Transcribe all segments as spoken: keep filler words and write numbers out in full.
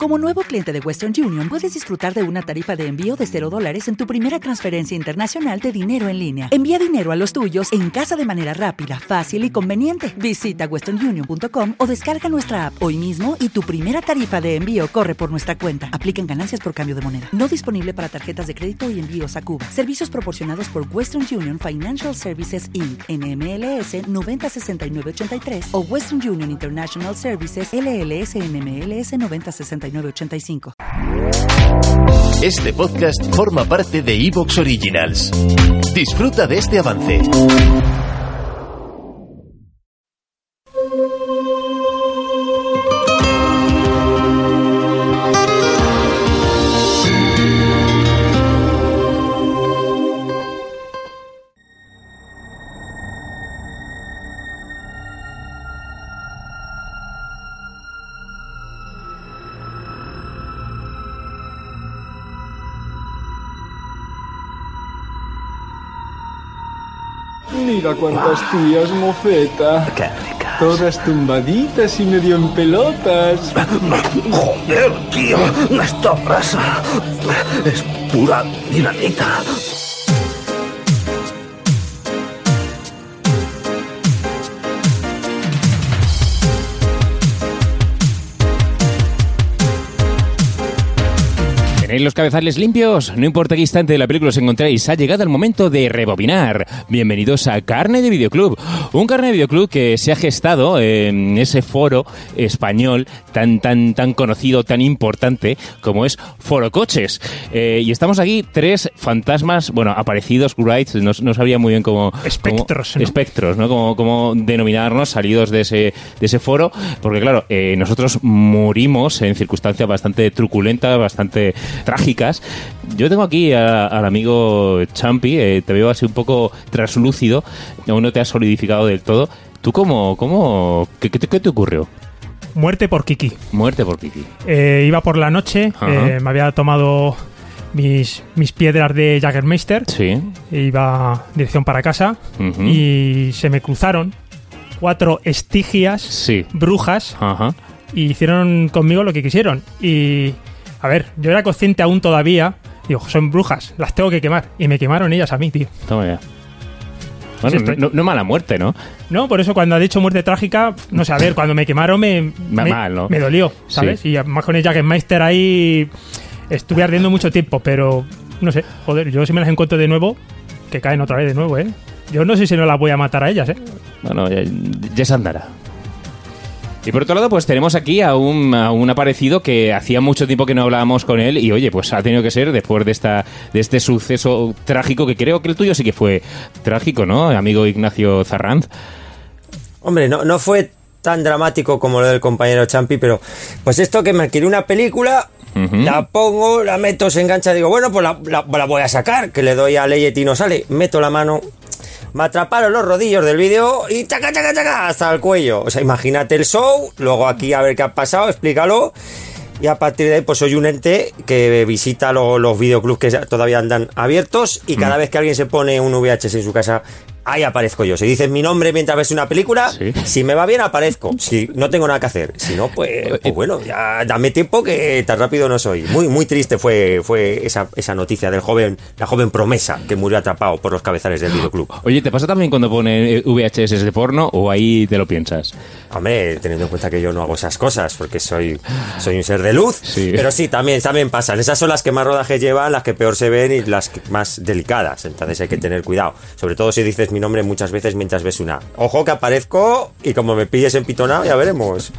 Como nuevo cliente de Western Union, puedes disfrutar de una tarifa de envío de cero dólares en tu primera transferencia internacional de dinero en línea. Envía dinero a los tuyos en casa de manera rápida, fácil y conveniente. Visita western union punto com o descarga nuestra app hoy mismo y tu primera tarifa de envío corre por nuestra cuenta. Aplican ganancias por cambio de moneda. No disponible para tarjetas de crédito y envíos a Cuba. Servicios proporcionados por Western Union Financial Services incorporated. N M L S noventa sesenta y nueve ochenta y tres o Western Union International Services L L S N M L S noventa sesenta y nueve ochenta y cinco. Este podcast forma parte de iVoox Originals. Disfruta de este avance. Mira cuántas tías, mofeta. Qué ricas. Todas tumbaditas y medio en pelotas. Joder, tío. Esta brasa es pura dinamita. ¿Tenéis los cabezales limpios? No importa qué instante de la película os encontréis, ha llegado el momento de rebobinar. Bienvenidos a Carne de Videoclub, un Carne de Videoclub que se ha gestado en ese foro español tan tan tan conocido, tan importante como es Foro Coches. Eh, y estamos aquí tres fantasmas, bueno, aparecidos, Wrights, no, no sabría muy bien cómo... Espectros, cómo, ¿no? Espectros, ¿no? Cómo, cómo denominarnos, salidos de ese, de ese foro, porque claro, eh, nosotros morimos en circunstancias bastante truculentas, bastante trágicas. Yo tengo aquí a, al amigo Champi, eh, te veo así un poco traslúcido, aún no te has solidificado del todo. ¿Tú cómo, cómo, qué, qué, te, qué te ocurrió? Muerte por Kiki. Muerte por Kiki. Eh, iba por la noche, eh, me había tomado mis, mis piedras de Jägermeister, Sí. iba dirección para casa, Uh-huh. y se me cruzaron cuatro estigias, Sí. brujas, Ajá. y hicieron conmigo lo que quisieron. Y, a ver, yo era consciente aún todavía, digo, son brujas, las tengo que quemar. Y me quemaron ellas a mí, tío. Toma ya. Bueno, Sí, estoy- no, no mala muerte, ¿no? No, por eso cuando ha dicho muerte trágica, no sé, a ver, cuando me quemaron me, Ma- me, mal, ¿no? me dolió, ¿sabes? Sí. Y además con el Jägermeister ahí estuve ardiendo mucho tiempo, pero no sé, joder, yo si me las encuentro de nuevo, que caen otra vez de nuevo, ¿eh? Yo no sé si no las voy a matar a ellas, ¿eh? Bueno, ya, ya se andará. Y por otro lado, pues tenemos aquí a un, a un aparecido que hacía mucho tiempo que no hablábamos con él y oye, pues ha tenido que ser después de esta de este suceso trágico, que creo que el tuyo sí que fue trágico, ¿no, amigo Ignacio Zarranz? Hombre, no, no fue tan dramático como lo del compañero Champi, pero pues esto que me adquirí una película, Ujú. la pongo, la meto, se engancha, digo, bueno, pues la, la- la voy a sacar, que le doy a Leyet y no sale, meto la mano, me atraparon los rodillos del vídeo y chaca, chaca, chaca, hasta el cuello. O sea, imagínate el show, luego aquí a ver qué ha pasado, explícalo. Y a partir de ahí, pues soy un ente que visita lo- los videoclubs que todavía andan abiertos y cada vez que alguien se pone un V H S en su casa, ahí aparezco yo. Si dices mi nombre mientras ves una película, Sí. si me va bien, aparezco. Si no tengo nada que hacer. Si no, pues, pues bueno, ya dame tiempo que tan rápido no soy. Muy, muy triste fue, fue esa, esa noticia del joven, la joven promesa que murió atrapado por los cabezales del videoclub. Oye, ¿te pasa también cuando pone V H S de porno o ahí te lo piensas? Hombre, teniendo en cuenta que yo no hago esas cosas, porque soy, soy un ser de luz. Sí. Pero sí, también, también pasan. Esas son las que más rodajes llevan, las que peor se ven y las que más delicadas. Entonces hay que tener cuidado. Sobre todo si dices mi nombre muchas veces mientras ves una. Ojo que aparezco y como me pilles en pitona, ya veremos.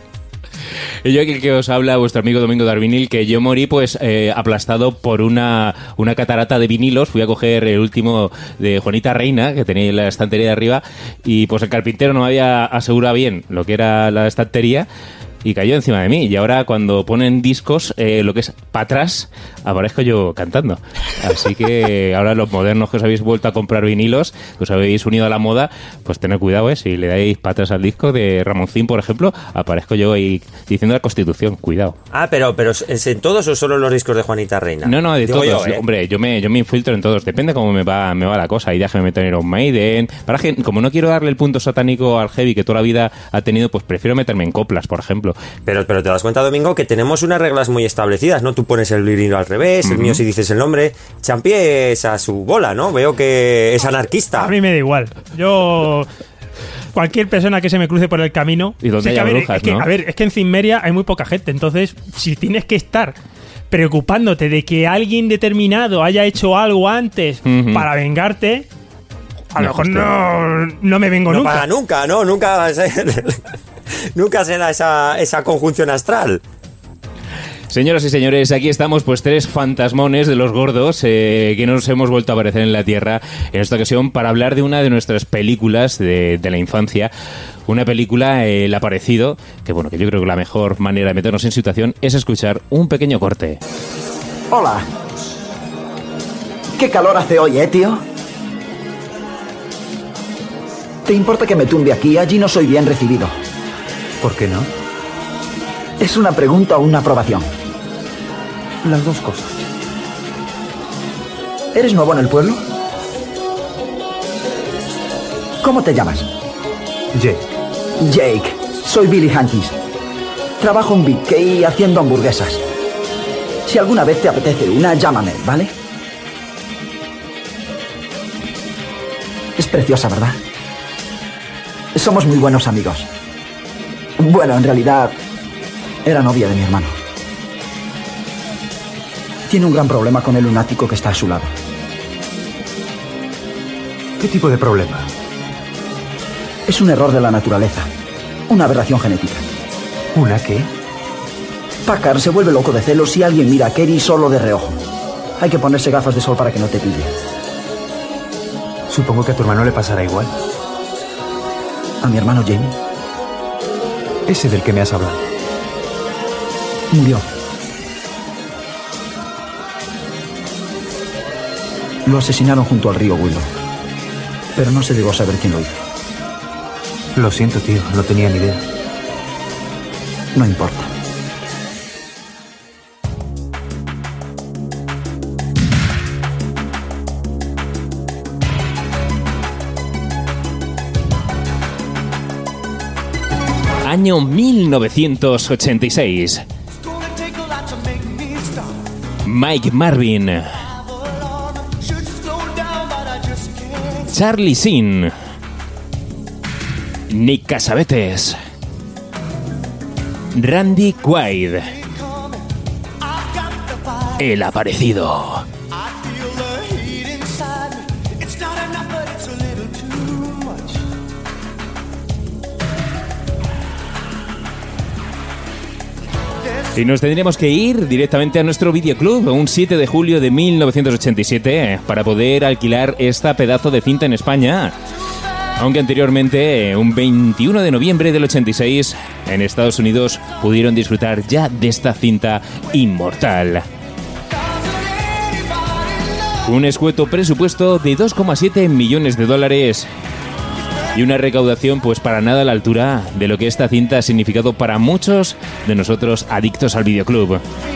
Y yo aquí que os habla vuestro amigo Domingo Darvinil, que yo morí pues eh, aplastado por una, una catarata de vinilos. Fui a coger el último de Juanita Reina, que tenía en la estantería de arriba, y pues el carpintero no me había asegurado bien lo que era la estantería y cayó encima de mí. Y ahora cuando ponen discos, eh, lo que es para atrás, aparezco yo cantando. Así que ahora los modernos que os habéis vuelto a comprar vinilos, que os habéis unido a la moda, pues tened cuidado, ¿eh? Si le dais para atrás al disco de Ramoncín, por ejemplo, aparezco yo ahí diciendo la Constitución. Cuidado. Ah, pero, pero ¿es en todos o solo en los discos de Juanita Reina? No, no, de Digo todos. yo, ¿eh? Hombre, yo me, yo me infiltro en todos. Depende cómo me va, me va la cosa. Hay días que me meto en Iron Maiden. Para que, como no quiero darle el punto satánico al heavy que toda la vida ha tenido, pues prefiero meterme en coplas, por ejemplo. ejemplo. Pero, pero te das cuenta, Domingo, que tenemos unas reglas muy establecidas, ¿no? Tú pones el vinilo al revés, uh-huh. el mío si dices el nombre. Champi es a su bola, ¿no? Veo que es anarquista. A mí me da igual. Yo... Cualquier persona que se me cruce por el camino... Y donde haya a ver, brujas, es que, ¿no? A ver, es que en Cimmeria hay muy poca gente. Entonces, si tienes que estar preocupándote de que alguien determinado haya hecho algo antes uh-huh. para vengarte... A lo mejor no, no me vengo no nunca. No paga nunca, ¿no? Nunca, nunca se da esa, esa conjunción astral. Señoras y señores, aquí estamos pues tres fantasmones de los gordos eh, que nos hemos vuelto a aparecer en la Tierra en esta ocasión para hablar de una de nuestras películas de, de la infancia. Una película, eh, El Aparecido, que bueno, que yo creo que la mejor manera de meternos en situación es escuchar un pequeño corte. Hola. ¿Qué calor hace hoy, eh, tío? ¿Te importa que me tumbe aquí? Allí no soy bien recibido. ¿Por qué no? ¿Es una pregunta o una aprobación? Las dos cosas. ¿Eres nuevo en el pueblo? ¿Cómo te llamas? Jake. Jake. Soy Billy Hankins. Trabajo en Big K haciendo hamburguesas. Si alguna vez te apetece una, llámame, ¿vale? Es preciosa, ¿verdad? Somos muy buenos amigos. Bueno, en realidad, era novia de mi hermano. Tiene un gran problema con el lunático que está a su lado. ¿Qué tipo de problema? Es un error de la naturaleza. Una aberración genética. ¿Una qué? Packard se vuelve loco de celos si alguien mira a Kerry solo de reojo. Hay que ponerse gafas de sol para que no te pille. Supongo que a tu hermano le pasará igual. ¿A mi hermano Jamie? Ese del que me has hablado. Murió. Lo asesinaron junto al río Willow. Pero no se llegó a saber quién lo hizo. Lo siento, tío. No tenía ni idea. No importa. Año mil novecientos ochenta y seis. Mike Marvin. Charlie Sheen. Nick Cassavetes. Randy Quaid. El Aparecido. Y nos tendríamos que ir directamente a nuestro videoclub un siete de julio de mil novecientos ochenta y siete para poder alquilar esta pedazo de cinta en España. Aunque anteriormente, un veintiuno de noviembre del ochenta y seis, en Estados Unidos pudieron disfrutar ya de esta cinta inmortal. Un escueto presupuesto de dos coma siete millones de dólares y una recaudación pues para nada a la altura de lo que esta cinta ha significado para muchos de nosotros adictos al videoclub.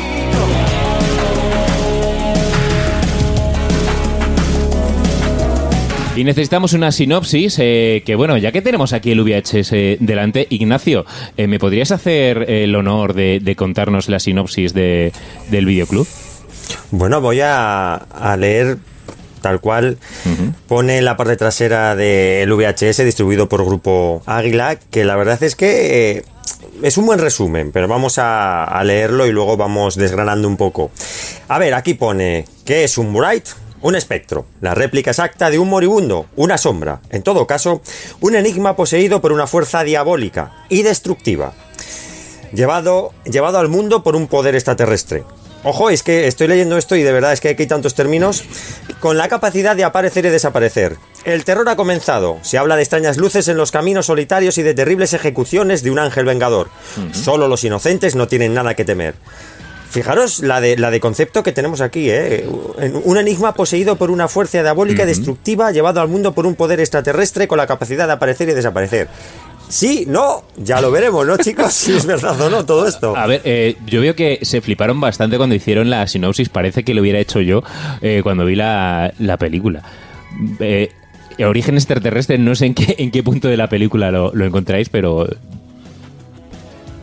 Y necesitamos una sinopsis, eh, que bueno, ya que tenemos aquí el V H S delante, Ignacio, eh, ¿me podrías hacer el honor de, de contarnos la sinopsis de, del videoclub? Bueno, voy a, a leer tal cual. Uh-huh. Pone la parte trasera del V H S distribuido por Grupo Águila, que la verdad es que eh, es un buen resumen, pero vamos a, a leerlo y luego vamos desgranando un poco. A ver, aquí pone que es un Bright. Un espectro, la réplica exacta de un moribundo, una sombra, en todo caso, un enigma poseído por una fuerza diabólica y destructiva, llevado, llevado al mundo por un poder extraterrestre. Ojo, es que estoy leyendo esto y de verdad es que aquí hay tantos términos, con la capacidad de aparecer y desaparecer. El terror ha comenzado, se habla de extrañas luces en los caminos solitarios y de terribles ejecuciones de un ángel vengador. Uh-huh. Solo los inocentes no tienen nada que temer. Fijaros la de, la de concepto que tenemos aquí, ¿eh? Un enigma poseído por una fuerza diabólica uh-huh. destructiva, llevado al mundo por un poder extraterrestre con la capacidad de aparecer y desaparecer. Sí, no, ya lo veremos, ¿no, chicos? Si es verdad o no todo esto. A ver, eh, yo veo que se fliparon bastante cuando hicieron la sinopsis. Parece que lo hubiera hecho yo eh, cuando vi la, la película. Eh, origen extraterrestre, no sé en qué, en qué punto de la película lo, lo encontráis, pero...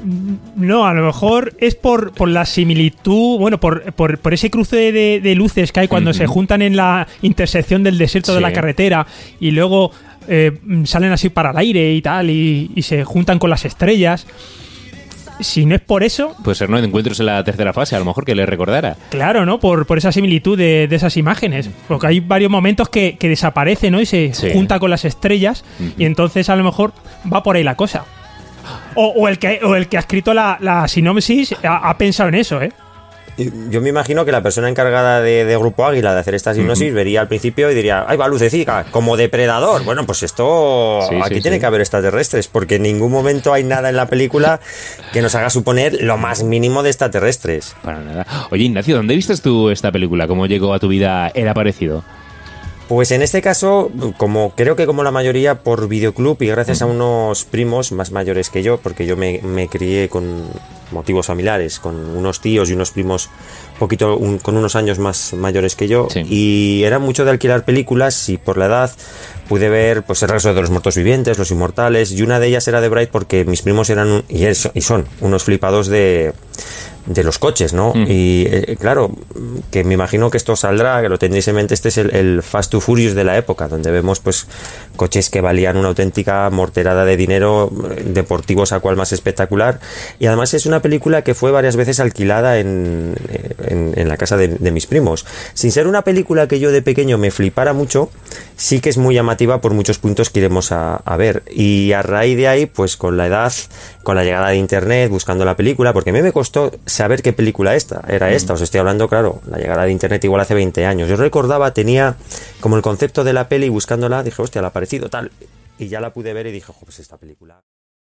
No, a lo mejor es por, por la similitud, bueno, por, por, por ese cruce de, de luces que hay cuando uh-huh. se juntan en la intersección del desierto sí. de la carretera y luego eh, salen así para el aire y tal, y, y se juntan con las estrellas. Si no es por eso... Pues ser no de encuentros en la tercera fase, a lo mejor que le recordara. Claro, ¿no? Por, por esa similitud de, de esas imágenes. Porque hay varios momentos que, que desaparece, ¿no? Y se sí. junta con las estrellas uh-huh. y entonces a lo mejor va por ahí la cosa. O, o, el, que, o el que ha escrito la, la sinopsis ha, ha pensado en eso, ¿eh? Yo me imagino que la persona encargada de, de Grupo Águila de hacer esta sinopsis uh-huh. vería al principio y diría, ¡ay, va lucecica! Como depredador. Bueno, pues esto... Sí, aquí sí, tiene sí. que haber extraterrestres, porque en ningún momento hay nada en la película que nos haga suponer lo más mínimo de extraterrestres. Para nada. Oye, Ignacio, ¿dónde viste tú esta película? ¿Cómo llegó a tu vida el aparecido? Pues en este caso, como creo que como la mayoría, por videoclub y gracias a unos primos más mayores que yo, porque yo me, me crié con motivos familiares, con unos tíos y unos primos poquito un, con unos años más mayores que yo, sí. y era mucho de alquilar películas y por la edad pude ver pues El regreso de los muertos vivientes, Los inmortales, y una de ellas era The Bright porque mis primos eran y, es, y son unos flipados de... de los coches, ¿no? Mm. Y eh, claro, que me imagino que esto saldrá, que lo tendréis en mente, este es el, el Fast to Furious de la época, donde vemos pues coches que valían una auténtica morterada de dinero, deportivos a cual más espectacular, y además es una película que fue varias veces alquilada en, en, en la casa de, de mis primos. Sin ser una película que yo de pequeño me flipara mucho, sí que es muy llamativa por muchos puntos que iremos a, a ver, y a raíz de ahí, pues con la edad, con la llegada de internet, buscando la película, porque a mí me costó saber qué película esta era esta, os estoy hablando, claro, la llegada de internet igual hace veinte años. Yo recordaba, tenía como el concepto de la peli, buscándola, dije, hostia, la ha parecido tal, y ya la pude ver y dije, ojo, pues esta película.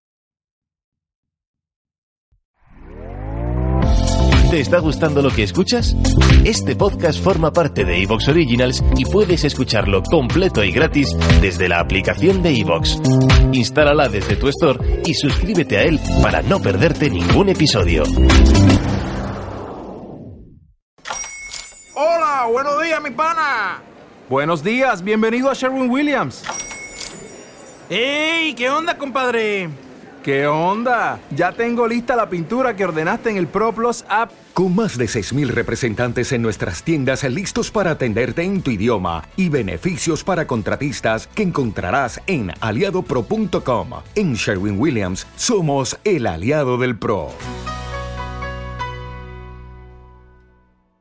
¿Te está gustando lo que escuchas? Este podcast forma parte de iVoox Originals y puedes escucharlo completo y gratis desde la aplicación de iVoox. Instálala desde tu store y suscríbete a él para no perderte ningún episodio. ¡Hola! ¡Buenos días, mi pana! Buenos días, bienvenido a Sherwin-Williams. ¡Ey! ¿Qué onda, compadre? ¿Qué onda? Ya tengo lista la pintura que ordenaste en el ProPlus app. Con más de seis mil representantes en nuestras tiendas listos para atenderte en tu idioma y beneficios para contratistas que encontrarás en aliado pro punto com. En Sherwin-Williams somos el aliado del pro.